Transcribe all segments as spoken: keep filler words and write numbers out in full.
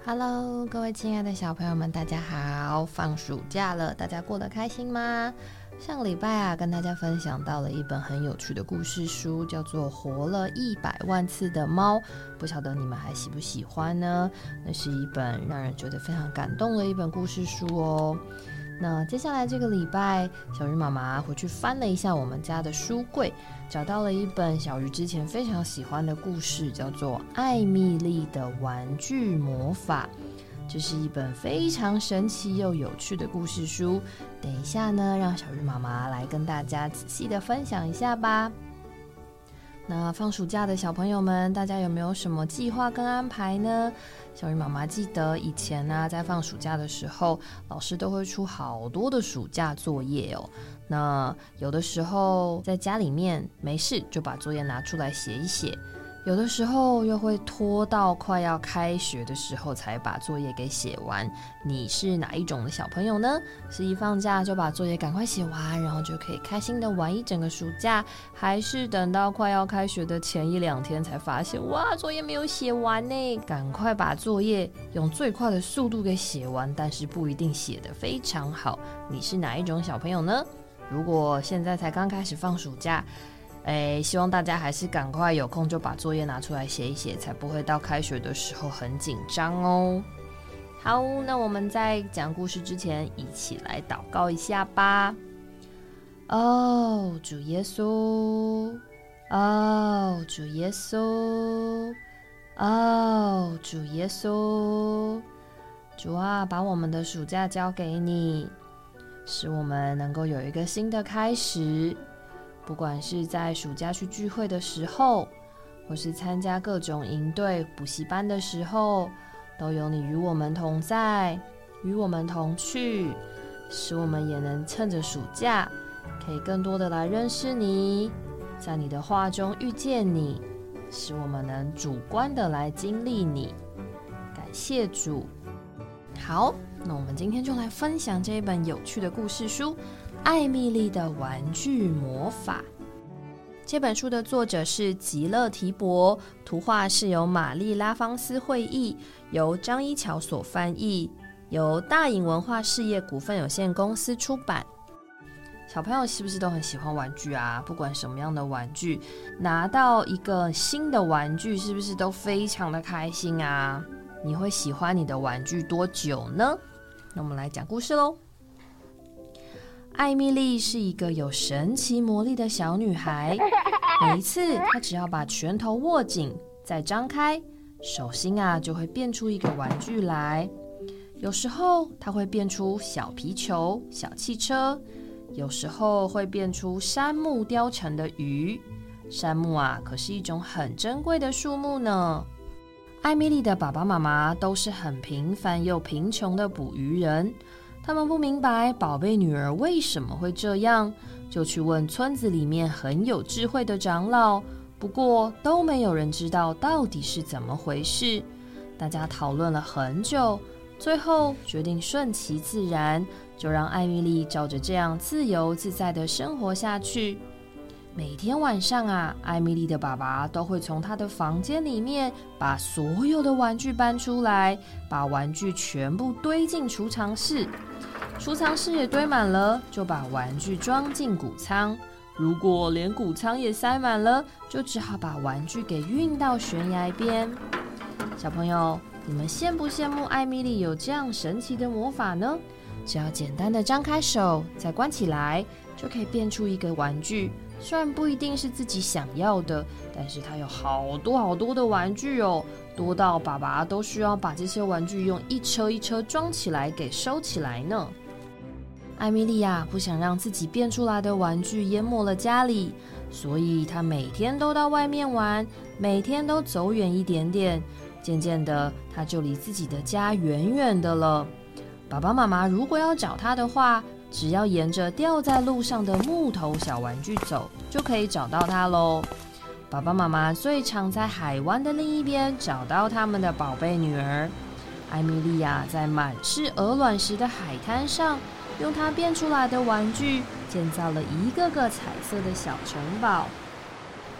Hello， 各位亲爱的小朋友们，大家好！放暑假了，大家过得开心吗？上个礼拜啊，跟大家分享到了一本很有趣的故事书，叫做《活了一百万次的猫》，不晓得你们还喜不喜欢呢？那是一本让人觉得非常感动的一本故事书哦。那接下来这个礼拜，小鱼妈妈回去翻了一下我们家的书柜，找到了一本小鱼之前非常喜欢的故事，叫做《艾蜜莉的玩具魔法》。这是一本非常神奇又有趣的故事书，等一下呢，让小鱼妈妈来跟大家仔细的分享一下吧。那放暑假的小朋友们，大家有没有什么计划跟安排呢？小鱼妈妈记得以前呢、啊，在放暑假的时候，老师都会出好多的暑假作业哦。那有的时候在家里面没事，就把作业拿出来写一写。有的时候又会拖到快要开学的时候才把作业给写完。你是哪一种的小朋友呢？是一放假就把作业赶快写完，然后就可以开心的玩一整个暑假，还是等到快要开学的前一两天才发现，哇，作业没有写完呢？赶快把作业用最快的速度给写完，但是不一定写得非常好。你是哪一种小朋友呢？如果现在才刚开始放暑假，哎，希望大家还是赶快有空就把作业拿出来写一写，才不会到开学的时候很紧张哦。好，那我们在讲故事之前，一起来祷告一下吧。哦，主耶稣，哦，主耶稣，哦，主耶稣，主啊，把我们的暑假交给你，使我们能够有一个新的开始。不管是在暑假去聚会的时候，或是参加各种营队补习班的时候，都有你与我们同在，与我们同去，使我们也能趁着暑假可以更多的来认识你，在你的话中遇见你，使我们能主观的来经历你。感谢主。好，那我们今天就来分享这一本有趣的故事书，艾蜜莉的玩具魔法。这本书的作者是吉勒提伯，图画是由玛丽拉芳斯绘译，由张一巧所翻译，由大颖文化事业股份有限公司出版。小朋友是不是都很喜欢玩具啊？不管什么样的玩具，拿到一个新的玩具是不是都非常的开心啊？你会喜欢你的玩具多久呢？那我们来讲故事咯。艾蜜莉是一个有神奇魔力的小女孩，每一次她只要把拳头握紧再张开，手心啊就会变出一个玩具来。有时候她会变出小皮球、小汽车，有时候会变出杉木雕成的鱼。杉木啊可是一种很珍贵的树木呢。艾蜜莉的爸爸妈妈都是很平凡又贫穷的捕鱼人，他们不明白宝贝女儿为什么会这样，就去问村子里面很有智慧的长老，不过都没有人知道到底是怎么回事。大家讨论了很久，最后决定顺其自然，就让艾蜜莉照着这样自由自在的生活下去。每天晚上啊，艾蜜莉的爸爸都会从她的房间里面把所有的玩具搬出来，把玩具全部堆进储藏室。储藏室也堆满了，就把玩具装进谷仓。如果连谷仓也塞满了，就只好把玩具给运到悬崖边。小朋友，你们羡不羡慕艾蜜莉有这样神奇的魔法呢？只要简单的张开手，再关起来，就可以变出一个玩具。虽然不一定是自己想要的，但是它有好多好多的玩具哦，多到爸爸都需要把这些玩具用一车一车装起来给收起来呢。艾蜜莉啊，不想让自己变出来的玩具淹没了家里，所以她每天都到外面玩，每天都走远一点点。渐渐的，她就离自己的家远远的了。爸爸妈妈如果要找她的话，只要沿着掉在路上的木头小玩具走，就可以找到它咯。爸爸妈妈最常在海湾的另一边找到他们的宝贝女儿。艾蜜莉啊，在满是鹅卵石的海滩上，用她变出来的玩具建造了一个个彩色的小城堡。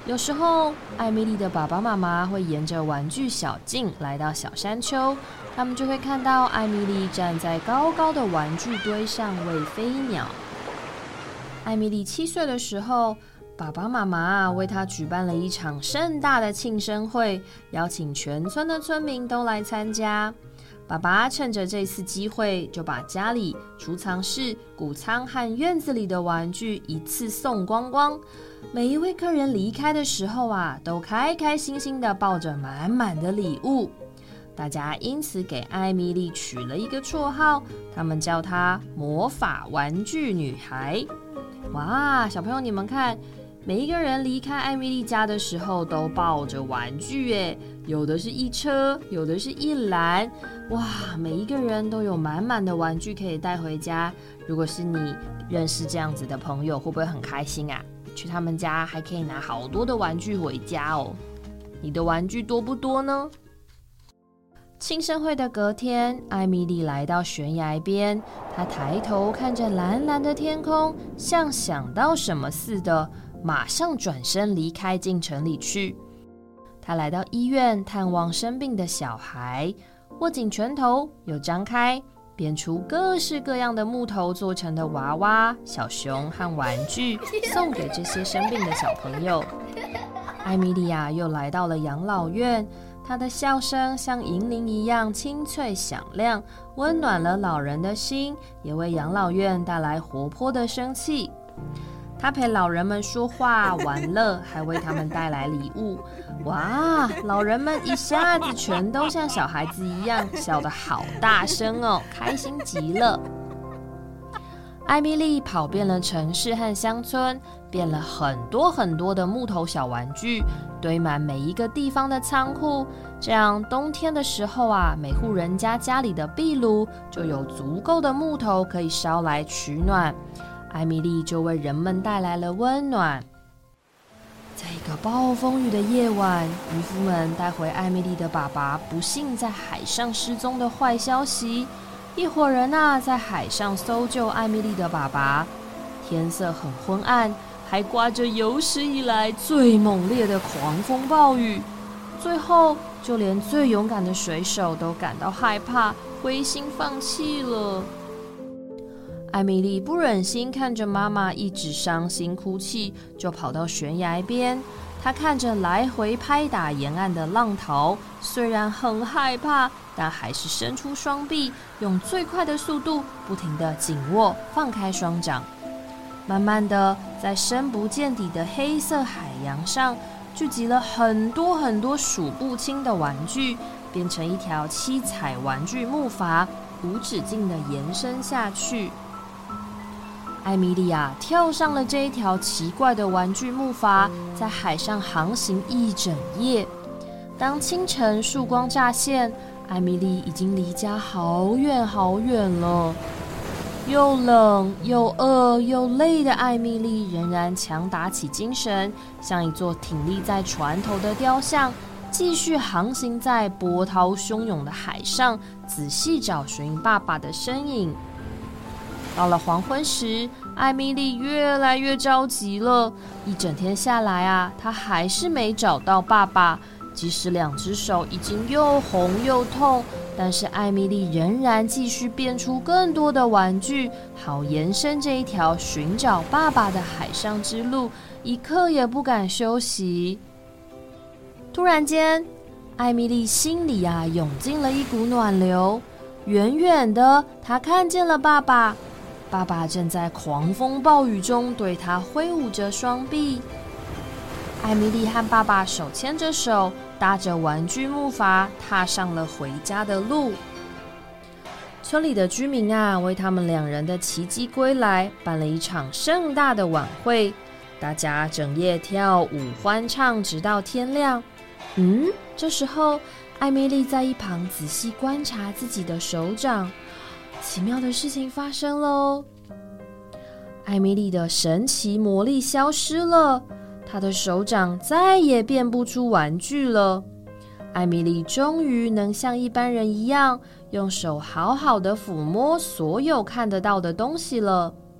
有时候，艾米丽的爸爸妈妈会沿着玩具小径来到小山丘，他们就会看到艾米丽站在高高的玩具堆上喂飞鸟。艾米丽七岁的时候，爸爸妈妈为她举办了一场盛大的庆生会，邀请全村的村民都来参加。爸爸趁着这次机会，就把家里、储藏室、谷仓和院子里的玩具一次送光光。每一位客人离开的时候啊，都开开心心地抱着满满的礼物。大家因此给艾米丽取了一个绰号，他们叫她魔法玩具女孩。哇，小朋友你们看，每一个人离开艾米丽家的时候都抱着玩具耶，有的是一车，有的是一篮。哇，每一个人都有满满的玩具可以带回家。如果是你认识这样子的朋友，会不会很开心啊？去他们家还可以拿好多的玩具回家哦。你的玩具多不多呢？庆生会的隔天，艾米丽来到悬崖边，她抬头看着蓝蓝的天空，像想到什么似的，马上转身离开进城里去。她来到医院探望生病的小孩，握紧拳头又张开，变出各式各样的木头做成的娃娃、小熊和玩具，送给这些生病的小朋友。艾米莉亚又来到了养老院，她的笑声像银铃一样清脆响亮，温暖了老人的心，也为养老院带来活泼的生气。她陪老人们说话玩乐，还为他们带来礼物。哇，老人们一下子全都像小孩子一样笑得好大声哦，开心极了。艾米丽跑遍了城市和乡村，变了很多很多的木头小玩具，堆满每一个地方的仓库。这样冬天的时候啊，每户人家家里的壁炉就有足够的木头可以烧来取暖。艾米丽就为人们带来了温暖。在一个暴风雨的夜晚，渔夫们带回艾米丽的爸爸不幸在海上失踪的坏消息。一伙人啊，在海上搜救艾米丽的爸爸。天色很昏暗，还刮着有史以来最猛烈的狂风暴雨。最后，就连最勇敢的水手都感到害怕，灰心放弃了。艾米丽不忍心看着妈妈一直伤心哭泣，就跑到悬崖边。她看着来回拍打沿岸的浪涛，虽然很害怕，但还是伸出双臂，用最快的速度不停地紧握放开双掌。慢慢的，在深不见底的黑色海洋上聚集了很多很多数不清的玩具，变成一条七彩玩具木筏，无止境地延伸下去。艾米莉亚跳上了这一条奇怪的玩具木筏，在海上航行一整夜。当清晨曙光乍现，艾米丽已经离家好远好远了。又冷又饿又累的艾米丽仍然强打起精神，像一座挺立在船头的雕像，继续航行在波涛汹涌的海上，仔细找寻爸爸的身影。到了黄昏时，艾米丽越来越着急了。一整天下来啊，她还是没找到爸爸。即使两只手已经又红又痛，但是艾米丽仍然继续变出更多的玩具，好延伸这一条寻找爸爸的海上之路，一刻也不敢休息。突然间，艾米丽心里啊涌进了一股暖流。远远的，她看见了爸爸。爸爸正在狂风暴雨中对他挥舞着双臂。艾米丽和爸爸手牵着手，搭着玩具木筏，踏上了回家的路。村里的居民啊，为他们两人的奇迹归来办了一场盛大的晚会，大家整夜跳舞欢唱，直到天亮。嗯，这时候艾米丽在一旁仔细观察自己的手掌。奇妙的事情发生了，艾米丽的神奇魔力消失了，她的手掌再也变不出玩具了。艾米丽终于能像一般人一样，用手好好的抚摸所有看得到的东西了。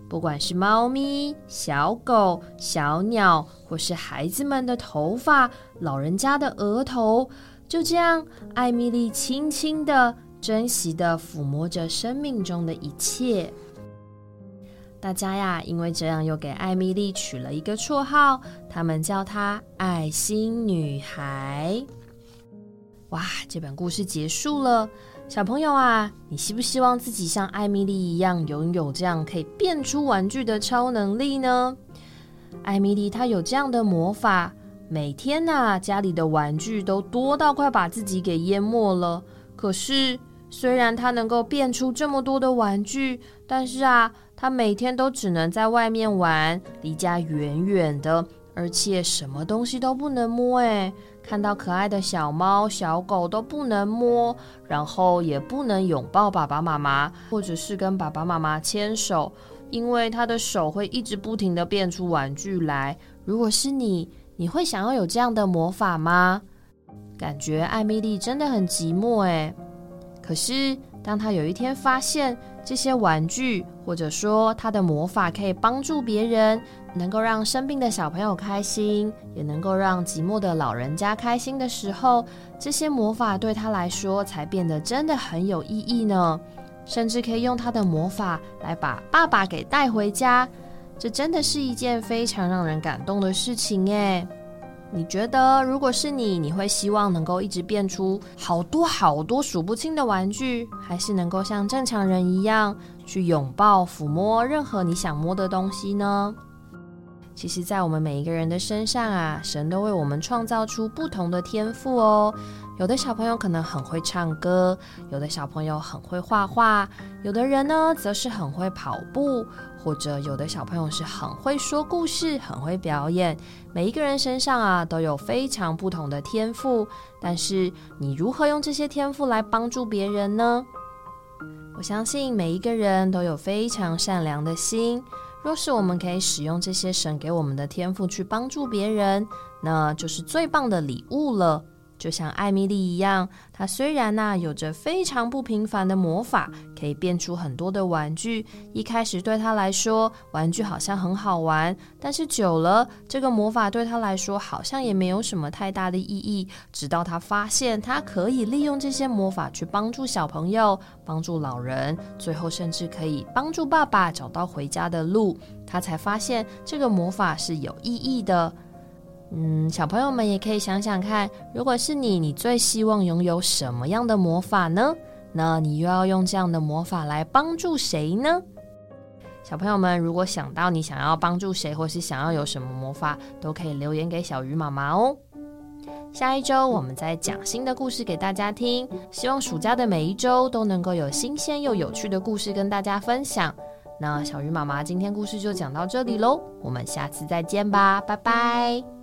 不管是猫咪、小狗、小鸟，或是孩子们的头发、老人家的额头，就这样，艾米丽轻轻的、珍惜的抚摸着生命中的一切。大家呀，因为这样又给艾米丽取了一个绰号，他们叫她爱心女孩。哇，这本故事结束了。小朋友啊，你希不希望自己像艾米丽一样拥有这样可以变出玩具的超能力呢？艾米丽她有这样的魔法，每天啊，家里的玩具都多到快把自己给淹没了。可是虽然她能够变出这么多的玩具，但是啊，她每天都只能在外面玩，离家远远的，而且什么东西都不能摸耶。看到可爱的小猫、小狗都不能摸，然后也不能拥抱爸爸妈妈，或者是跟爸爸妈妈牵手，因为她的手会一直不停地变出玩具来。如果是你，你会想要有这样的魔法吗？感觉艾米丽真的很寂寞耶。可是当她有一天发现这些玩具，或者说她的魔法可以帮助别人，能够让生病的小朋友开心，也能够让寂寞的老人家开心的时候，这些魔法对她来说才变得真的很有意义呢。甚至可以用她的魔法来把爸爸给带回家，这真的是一件非常让人感动的事情耶。你觉得如果是你，你会希望能够一直变出好多好多数不清的玩具，还是能够像正常人一样去拥抱、抚摸任何你想摸的东西呢？其实在我们每一个人的身上啊，神都为我们创造出不同的天赋哦。有的小朋友可能很会唱歌，有的小朋友很会画画，有的人呢则是很会跑步，或者有的小朋友是很会说故事，很会表演。每一个人身上啊都有非常不同的天赋，但是你如何用这些天赋来帮助别人呢？我相信每一个人都有非常善良的心，若是我们可以使用这些神给我们的天赋去帮助别人，那就是最棒的礼物了。就像艾米丽一样，她虽然啊有着非常不平凡的魔法，可以变出很多的玩具。一开始对她来说，玩具好像很好玩，但是久了，这个魔法对她来说好像也没有什么太大的意义。直到她发现，她可以利用这些魔法去帮助小朋友，帮助老人，最后甚至可以帮助爸爸找到回家的路，她才发现这个魔法是有意义的。嗯，小朋友们也可以想想看，如果是你，你最希望拥有什么样的魔法呢？那你又要用这样的魔法来帮助谁呢？小朋友们，如果想到你想要帮助谁，或是想要有什么魔法，都可以留言给小鱼妈妈哦。下一周我们再讲新的故事给大家听，希望暑假的每一周都能够有新鲜又有趣的故事跟大家分享。那小鱼妈妈今天故事就讲到这里咯，我们下次再见吧，拜拜。